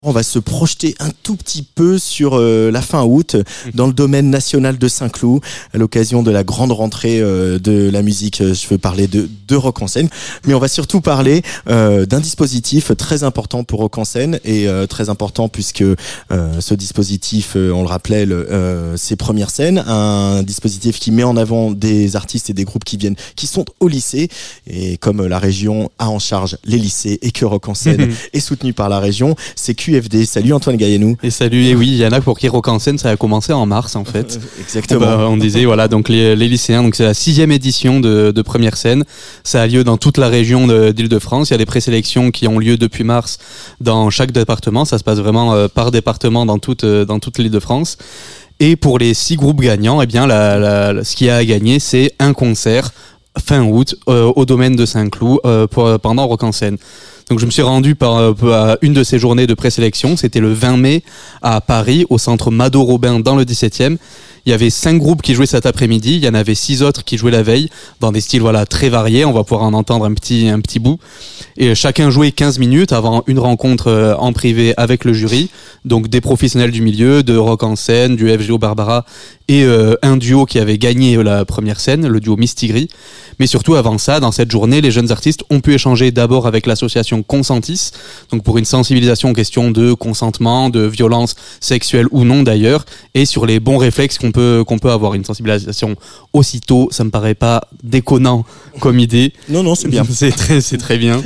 On va se projeter un tout petit peu sur la fin août dans le domaine national de Saint-Cloud à l'occasion de la grande rentrée de la musique. Je veux parler de Rock en scène, mais on va surtout parler d'un dispositif très important pour Rock en scène et très important puisque ce dispositif, on le rappelait, c'est Première Scène, un dispositif qui met en avant des artistes et des groupes qui sont au lycée, et comme la région a en charge les lycées et que Rock en scène est soutenu par la région, c'est QFD. Salut Antoine Gaillenou. Et salut, et oui, il y en a pour qui Rock en scène, ça a commencé en mars en fait. Exactement. On disait, voilà, donc les lycéens, donc c'est la 6e édition de Première Scène. Ça a lieu dans toute la région d'Île-de-France. Il y a des présélections qui ont lieu depuis mars dans chaque département. Ça se passe vraiment par département dans toute l'Île-de-France. Et pour les 6 groupes gagnants, eh bien, ce qu'il y a à gagner, c'est un concert fin août au domaine de Saint-Cloud pendant Rock en scène. Donc je me suis rendu à une de ces journées de présélection, c'était le 20 mai à Paris, au centre Mado-Robin dans le 17e. Il y avait 5 groupes qui jouaient cet après-midi, il y en avait 6 autres qui jouaient la veille, dans des styles très variés, on va pouvoir en entendre un petit bout. Et chacun jouait 15 minutes avant une rencontre en privé avec le jury, donc des professionnels du milieu, de Rock en scène, du FGO Barbara, et un duo qui avait gagné la Première Scène, le duo Mistigris. Mais surtout avant ça, dans cette journée, les jeunes artistes ont pu échanger d'abord avec l'association Consentis, donc pour une sensibilisation aux questions de consentement, de violence sexuelle ou non d'ailleurs, et sur les bons réflexes qu'on peut avoir. Une sensibilisation aussitôt, ça me paraît pas déconnant comme idée. Non, c'est bien. c'est très bien.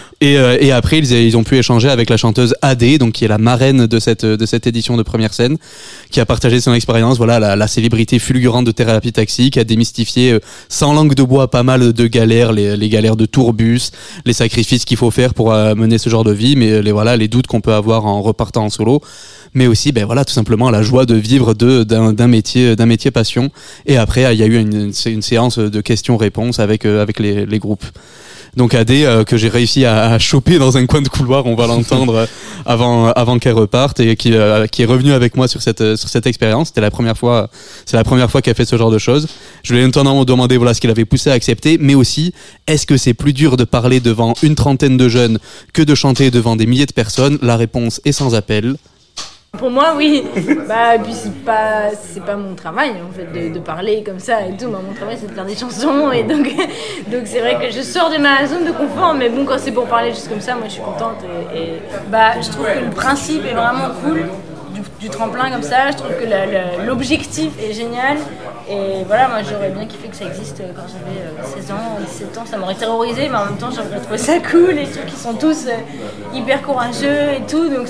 Et après, ils ont pu échanger avec la chanteuse AD, donc qui est la marraine de cette édition de Première Scène, qui a partagé son expérience, la célébrité fulgurante de Thérapie Taxi, qui a démystifié sans langue de bois pas mal de galères, les galères de tourbus, les sacrifices qu'il faut faire pour mener ce genre de vie, mais les doutes qu'on peut avoir en repartant en solo, mais aussi tout simplement la joie de vivre d'un métier passion. Et après, il y a eu une séance de questions-réponses avec les groupes. Donc AD que j'ai réussi à choper dans un coin de couloir, on va l'entendre avant qu'elle reparte, et qui est revenue avec moi sur cette expérience. C'est la première fois qu'elle fait ce genre de choses. Je lui ai notamment demandé ce qu'il avait poussé à accepter, mais aussi est-ce que c'est plus dur de parler devant une trentaine de jeunes que de chanter devant des milliers de personnes? La réponse est sans appel. Pour moi, oui. Et puis c'est pas mon travail en fait de parler comme ça et tout. Moi, mon travail c'est de faire des chansons, et donc c'est vrai que je sors de ma zone de confort. Mais bon, quand c'est pour parler juste comme ça, moi je suis contente et je trouve que le principe est vraiment cool du tremplin comme ça. Je trouve que l'objectif est génial. Et voilà, moi j'aurais bien kiffé que ça existe quand j'avais 16 ans, 17 ans, ça m'aurait terrorisé, mais en même temps j'aurais trouvé ça cool, et je trouve qu'ils sont tous hyper courageux et tout, donc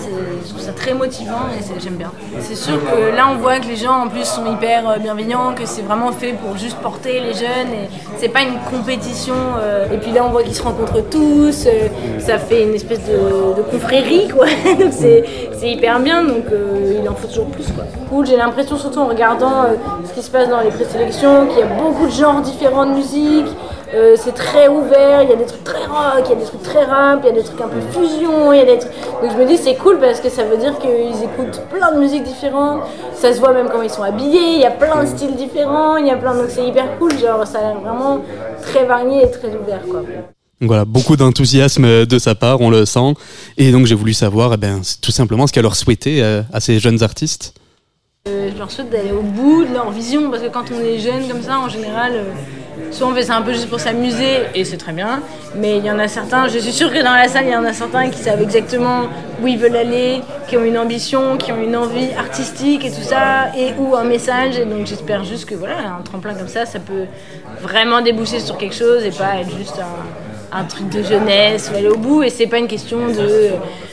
je trouve ça très motivant et j'aime bien. C'est sûr que là on voit que les gens en plus sont hyper bienveillants, que c'est vraiment fait pour juste porter les jeunes, et c'est pas une compétition, et puis là on voit qu'ils se rencontrent tous, ça fait une espèce de confrérie quoi, donc c'est hyper bien, donc il en faut toujours plus quoi. Cool, j'ai l'impression surtout en regardant ce qui se passe dans les présélections, qu'il y a beaucoup de genres différents de musique, c'est très ouvert, il y a des trucs très rock, il y a des trucs très rap, il y a des trucs un peu fusion, il y a des trucs... Donc je me dis c'est cool parce que ça veut dire qu'ils écoutent plein de musiques différentes, ça se voit même quand ils sont habillés, il y a plein de styles différents, donc c'est hyper cool, genre ça a l'air vraiment très varié et très ouvert quoi. Donc voilà, beaucoup d'enthousiasme de sa part, on le sent, et donc j'ai voulu savoir tout simplement ce qu'elle leur souhaitait à ces jeunes artistes. Je leur souhaite d'aller au bout de leur vision, parce que quand on est jeune comme ça, en général, soit on fait ça un peu juste pour s'amuser, et c'est très bien, mais il y en a certains, je suis sûre que dans la salle, il y en a certains qui savent exactement où ils veulent aller, qui ont une ambition, qui ont une envie artistique et tout ça, et ou un message, et donc j'espère juste que un tremplin comme ça peut vraiment déboucher sur quelque chose, et pas être juste un truc de jeunesse, ou aller au bout, et c'est pas une question de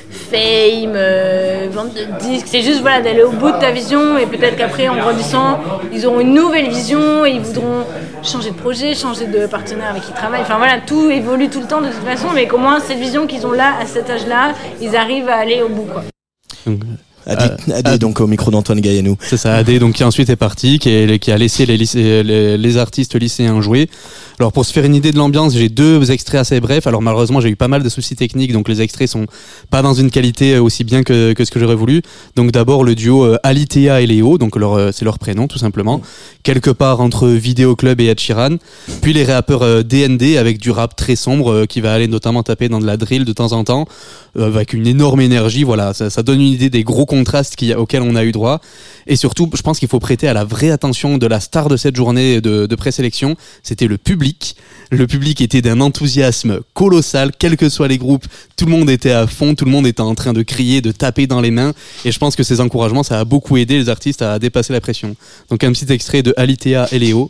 fame, vente de disques, c'est juste d'aller au bout de ta vision, et peut-être qu'après en grandissant ils auront une nouvelle vision et ils voudront changer de projet, changer de partenaire avec qui ils travaillent, tout évolue tout le temps de toute façon, mais qu'au moins cette vision qu'ils ont là, à cet âge-là, ils arrivent à aller au bout quoi. AD donc au micro d'Antoine Gaillenou. C'est ça, AD donc qui ensuite est parti, qui a laissé les artistes lycéens jouer. Alors pour se faire une idée de l'ambiance, j'ai 2 extraits assez brefs. Alors malheureusement, j'ai eu pas mal de soucis techniques, donc les extraits sont pas dans une qualité aussi bien que ce que j'aurais voulu. Donc d'abord le duo Alitea et Léo, donc c'est leur prénom tout simplement, quelque part entre Vidéo Club et Ed Sheeran. Puis les rappeurs DND avec du rap très sombre qui va aller notamment taper dans de la drill de temps en temps, avec une énorme énergie. Voilà, ça donne une idée des gros contrastes auxquels on a eu droit. Et surtout, je pense qu'il faut prêter à la vraie attention de la star de cette journée de présélection. C'était le public. Le public était d'un enthousiasme colossal, quels que soient les groupes. Tout le monde était à fond, tout le monde était en train de crier, de taper dans les mains. Et je pense que ces encouragements, ça a beaucoup aidé les artistes à dépasser la pression. Donc un petit extrait de Alitea et Léo.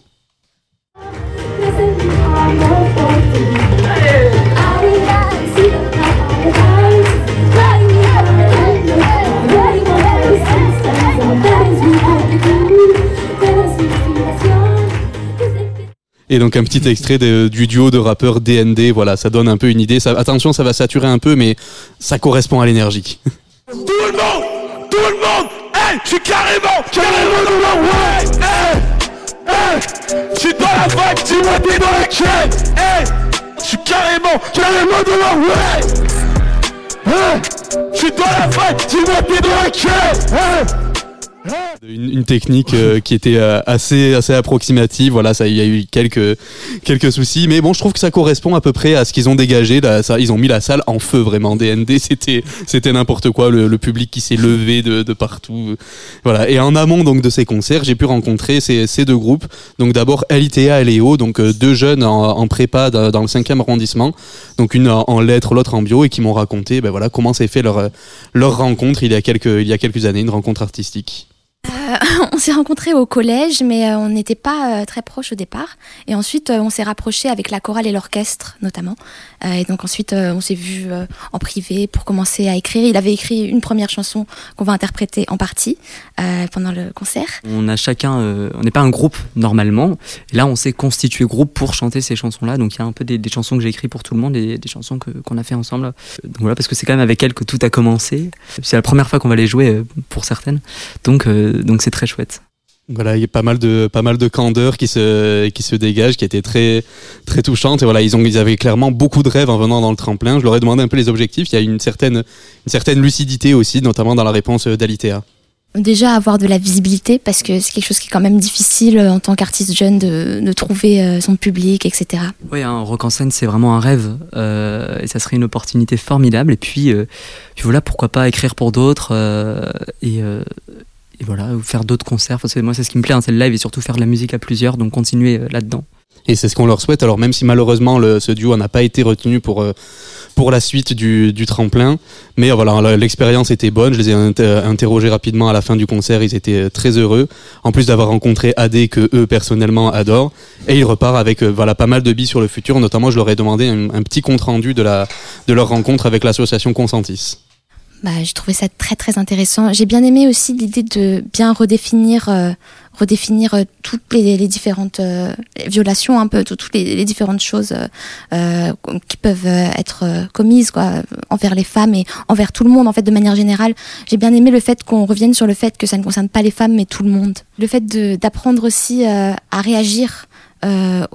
Et donc un petit extrait du duo de rappeurs DND, voilà, ça donne un peu une idée. Attention, ça va saturer un peu, mais ça correspond à l'énergie. Tout le monde, hey, je suis carrément dans la way, je suis dans la vibe, dis-moi t'es dans la chaîne, hey, je suis carrément dans la way, je suis dans la vibe, dis-moi t'es dans la chaîne, Une technique qui était assez approximative. Voilà, il y a eu quelques soucis, mais bon, je trouve que ça correspond à peu près à ce qu'ils ont dégagé. Là, ils ont mis la salle en feu, vraiment. DND, c'était n'importe quoi. Le public qui s'est levé de partout. Voilà. Et en amont donc de ces concerts, j'ai pu rencontrer ces 2 groupes. Donc d'abord Alitea et Léo, donc 2 jeunes en prépa dans le 5e arrondissement. Donc une en lettres, l'autre en bio, et qui m'ont raconté, voilà, comment s'est fait leur rencontre il y a quelques années, une rencontre artistique. On s'est rencontrés au collège, mais on n'était pas très proches au départ. Et ensuite, on s'est rapprochés avec la chorale et l'orchestre, notamment. Et donc ensuite, on s'est vus en privé pour commencer à écrire. Il avait écrit une première chanson qu'on va interpréter en partie pendant le concert. On a chacun, on n'est pas un groupe normalement. Et là, on s'est constitué groupe pour chanter ces chansons-là. Donc il y a un peu des chansons que j'ai écrites pour tout le monde et des chansons qu'on a fait ensemble. Donc voilà, parce que c'est quand même avec elles que tout a commencé. C'est la première fois qu'on va les jouer pour certaines. Donc c'est très chouette. Voilà, il y a pas mal de candeur qui se dégage, qui était très très touchante. Et voilà, ils avaient clairement beaucoup de rêves en venant dans le tremplin. Je leur ai demandé un peu les objectifs. Il y a une certaine lucidité aussi, notamment dans la réponse d'Alitea. Déjà avoir de la visibilité, parce que c'est quelque chose qui est quand même difficile en tant qu'artiste jeune de trouver son public, etc. Oui, un rock en scène, c'est vraiment un rêve, et ça serait une opportunité formidable. Et puis voilà, pourquoi pas écrire pour d'autres et voilà, ou faire d'autres concerts. Enfin, moi, c'est ce qui me plaît, c'est le live et surtout faire de la musique à plusieurs, donc continuer là-dedans. Et c'est ce qu'on leur souhaite. Alors même si malheureusement ce duo n'a pas été retenu pour la suite du tremplin, mais voilà, l'expérience était bonne. Je les ai interrogés rapidement à la fin du concert. Ils étaient très heureux, en plus d'avoir rencontré AD que eux personnellement adorent. Et ils repartent avec pas mal de billes sur le futur. Notamment, je leur ai demandé un petit compte rendu de leur rencontre avec l'association Consentis. J'ai trouvé ça très très intéressant. J'ai bien aimé aussi l'idée de bien redéfinir toutes les différentes violations, un peu toutes les différentes choses qui peuvent être commises envers les femmes et envers tout le monde en fait de manière générale. J'ai bien aimé le fait qu'on revienne sur le fait que ça ne concerne pas les femmes mais tout le monde. Le fait d'apprendre aussi à réagir à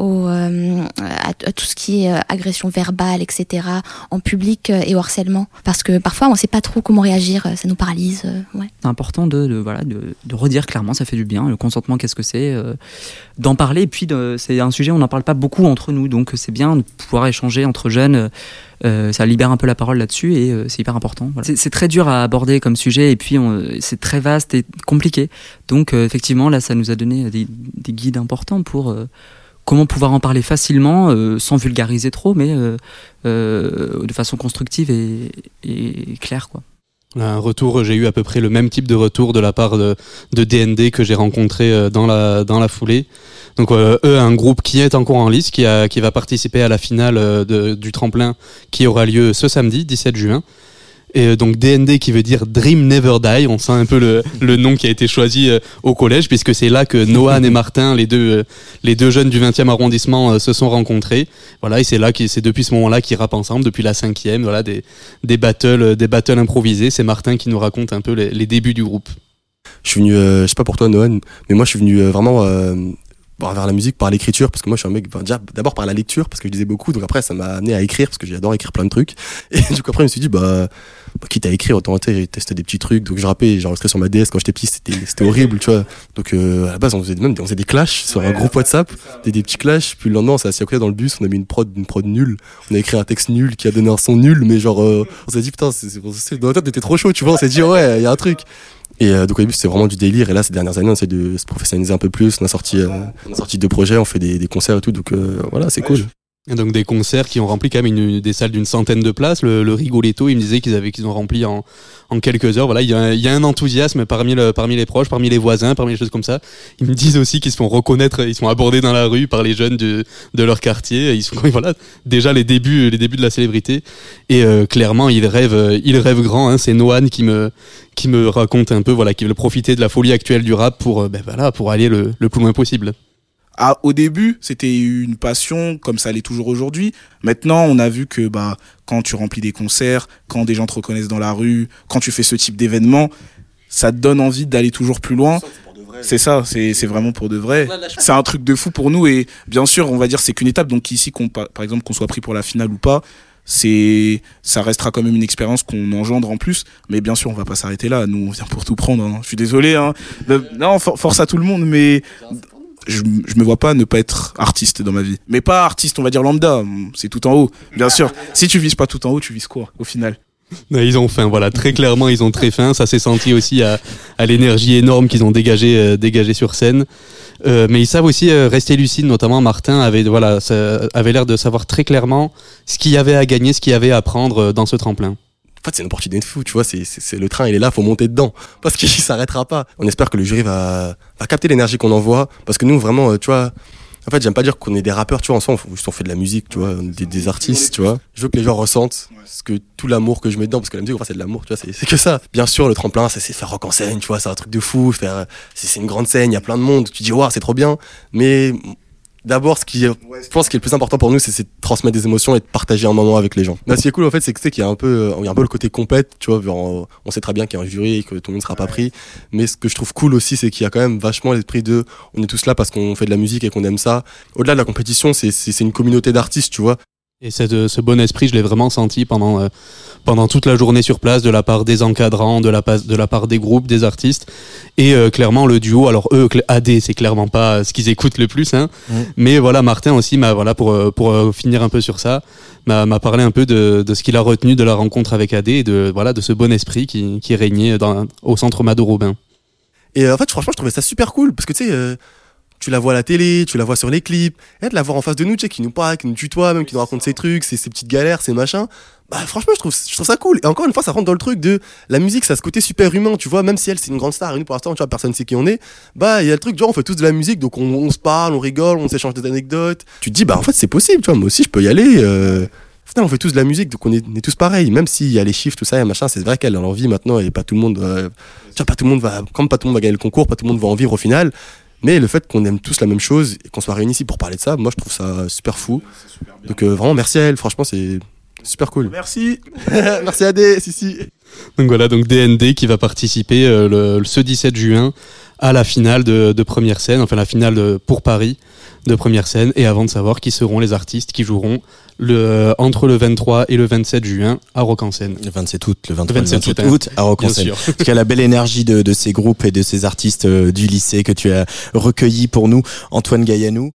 tout ce qui est agression verbale, etc., en public et au harcèlement. Parce que parfois, on ne sait pas trop comment réagir, ça nous paralyse. Ouais. C'est important de redire clairement, ça fait du bien. Le consentement, qu'est-ce que c'est, d'en parler. Et puis, c'est un sujet, on n'en parle pas beaucoup entre nous, donc c'est bien de pouvoir échanger entre jeunes. Ça libère un peu la parole là-dessus et c'est hyper important. Voilà. C'est très dur à aborder comme sujet et puis c'est très vaste et compliqué. Donc effectivement, là, ça nous a donné des guides importants pour comment pouvoir en parler facilement, sans vulgariser trop, mais de façon constructive et claire, quoi. Un retour, j'ai eu à peu près le même type de retour de la part de DND que j'ai rencontré dans la foulée. Donc eux, un groupe qui est encore en lice, qui va participer à la finale du tremplin qui aura lieu ce samedi 17 juin. Et donc DND qui veut dire Dream Never Die, on sent un peu le nom qui a été choisi au collège, puisque c'est là que Noan et Martin, les deux jeunes du 20e arrondissement se sont rencontrés. Voilà, et c'est depuis ce moment-là qu'ils rappent ensemble, depuis la 5e, voilà, des battles improvisés. C'est Martin qui nous raconte un peu les débuts du groupe. Je suis venu, je sais pas pour toi Noan, mais moi je suis venu vraiment vers la musique, par l'écriture, parce que moi je suis un mec, déjà d'abord par la lecture, parce que je lisais beaucoup, donc après ça m'a amené à écrire, parce que j'adore écrire plein de trucs. Et du coup après je me suis dit quitte à écrire, autant tester des petits trucs. Donc je rappais, j'ai enregistré sur ma DS quand j'étais petit, c'était horrible, tu vois. Donc à la base on faisait des clashs sur un groupe WhatsApp, des petits clashs, puis le lendemain on s'est assis à côté dans le bus, on a mis une prod nulle, on a écrit un texte nul qui a donné un son nul, mais genre on s'est dit putain, dans la tête t'étais trop chaud, tu vois, on s'est dit ouais, il y a un truc. Et donc au début c'était vraiment du délire, et là ces dernières années on essaie de se professionnaliser un peu plus, on a sorti 2 projets, on fait des concerts et tout, donc voilà, c'est cool. Et donc des concerts qui ont rempli quand même des salles d'une centaine de places. Le Rigoletto, il me disait qu'ils ont rempli en quelques heures. Voilà, il y a un enthousiasme parmi les proches, parmi les voisins, parmi les choses comme ça. Ils me disent aussi qu'ils se font reconnaître, ils sont abordés dans la rue par les jeunes de leur quartier. Ils sont voilà, déjà les débuts de la célébrité. Et clairement, ils rêvent grand. Hein. C'est Noan qui me raconte un peu, voilà, qui veut profiter de la folie actuelle du rap pour aller le plus loin possible. Au début, c'était une passion, comme ça l'est toujours aujourd'hui. Maintenant, on a vu que quand tu remplis des concerts, quand des gens te reconnaissent dans la rue, quand tu fais ce type d'événement, ça te donne envie d'aller toujours plus loin. C'est ça, c'est vraiment pour de vrai. C'est un truc de fou pour nous, et bien sûr, on va dire c'est qu'une étape. Donc ici, par exemple, qu'on soit pris pour la finale ou pas, ça restera quand même une expérience qu'on engendre en plus, mais bien sûr on va pas s'arrêter là, nous on vient pour tout prendre, hein. Je suis désolé, hein. Non, force à tout le monde, mais je me vois pas ne pas être artiste dans ma vie. Mais pas artiste, on va dire lambda, c'est tout en haut. Bien sûr, si tu vises pas tout en haut, tu vises quoi au final? Ils ont faim, voilà, très clairement ils ont très faim, ça s'est senti aussi à l'énergie énorme qu'ils ont dégagée sur scène. Mais ils savent aussi rester lucides, notamment Martin avait l'air de savoir très clairement ce qu'il y avait à gagner, ce qu'il y avait à prendre dans ce tremplin. En fait, c'est une opportunité de fou, tu vois, c'est le train, il est là, faut monter dedans, parce qu'il s'arrêtera pas. On espère que le jury va capter l'énergie qu'on envoie, parce que nous, vraiment, tu vois, en fait, j'aime pas dire qu'on est des rappeurs, tu vois, on fait de la musique, tu vois, des artistes, tu vois. Je veux que les gens ressentent tout l'amour que je mets dedans, parce que la musique, c'est de l'amour, tu vois, c'est que ça. Bien sûr, le tremplin, c'est faire rock en scène, tu vois, c'est un truc de fou, c'est une grande scène, il y a plein de monde, tu dis, waouh, c'est trop bien, mais d'abord, je pense que le plus important pour nous, c'est de transmettre des émotions et de partager un moment avec les gens. Là, ce qui est cool, en fait, c'est que tu sais qu'il y a un peu le côté compète, tu vois, on sait très bien qu'il y a un jury et que tout le monde ne sera pas pris. Mais ce que je trouve cool aussi, c'est qu'il y a quand même vachement l'esprit on est tous là parce qu'on fait de la musique et qu'on aime ça. Au-delà de la compétition, c'est une communauté d'artistes, tu vois. Et ce bon esprit, je l'ai vraiment senti pendant toute la journée sur place, de la part des encadrants, de la part des groupes, des artistes. Et clairement, le duo, alors eux, AD, c'est clairement pas ce qu'ils écoutent le plus, hein. Mais voilà, Martin aussi, pour finir un peu sur ça, m'a parlé un peu de ce qu'il a retenu de la rencontre avec AD et de ce bon esprit qui régnait au centre Mado-Robin. Et en fait, franchement, je trouvais ça super cool, parce que tu sais, tu la vois à la télé, tu la vois sur les clips, et de la voir en face de nous, tu sais, qui nous parle, qui nous tutoie, même qui nous raconte ses trucs, ses petites galères, ses machins. Franchement, je trouve ça cool. Et encore une fois, ça rentre dans le truc de la musique, ça a ce côté super humain, tu vois, même si elle, c'est une grande star, et nous, pour l'instant, tu vois, personne sait qui on est. Il y a le truc, genre, on fait tous de la musique, donc on se parle, on rigole, on s'échange des anecdotes. Tu te dis, en fait, c'est possible, tu vois, moi aussi, je peux y aller. On fait tous de la musique, donc on est tous pareils, même s'il y a les chiffres, tout ça, et machin, c'est vrai qu'elle a l'envie maintenant, et pas tout le monde va gagner le concours, pas tout le monde va en vivre au final. Mais le fait qu'on aime tous la même chose et qu'on soit réunis ici pour parler de ça, moi je trouve ça super fou. Donc vraiment merci à elle, franchement c'est super cool. Merci. Merci à D, si. Donc voilà, donc DND qui va participer ce 17 juin à la finale de première scène, enfin la finale pour Paris de première scène, et avant de savoir qui seront les artistes qui joueront entre le 23 et le 27 juin à Rock en Scène. Le 27 août, le 23 et le 27 août à Rock en Scène. En tout cas, la belle énergie de ces groupes et de ces artistes du lycée que tu as recueillis pour nous, Antoine Gaillanou.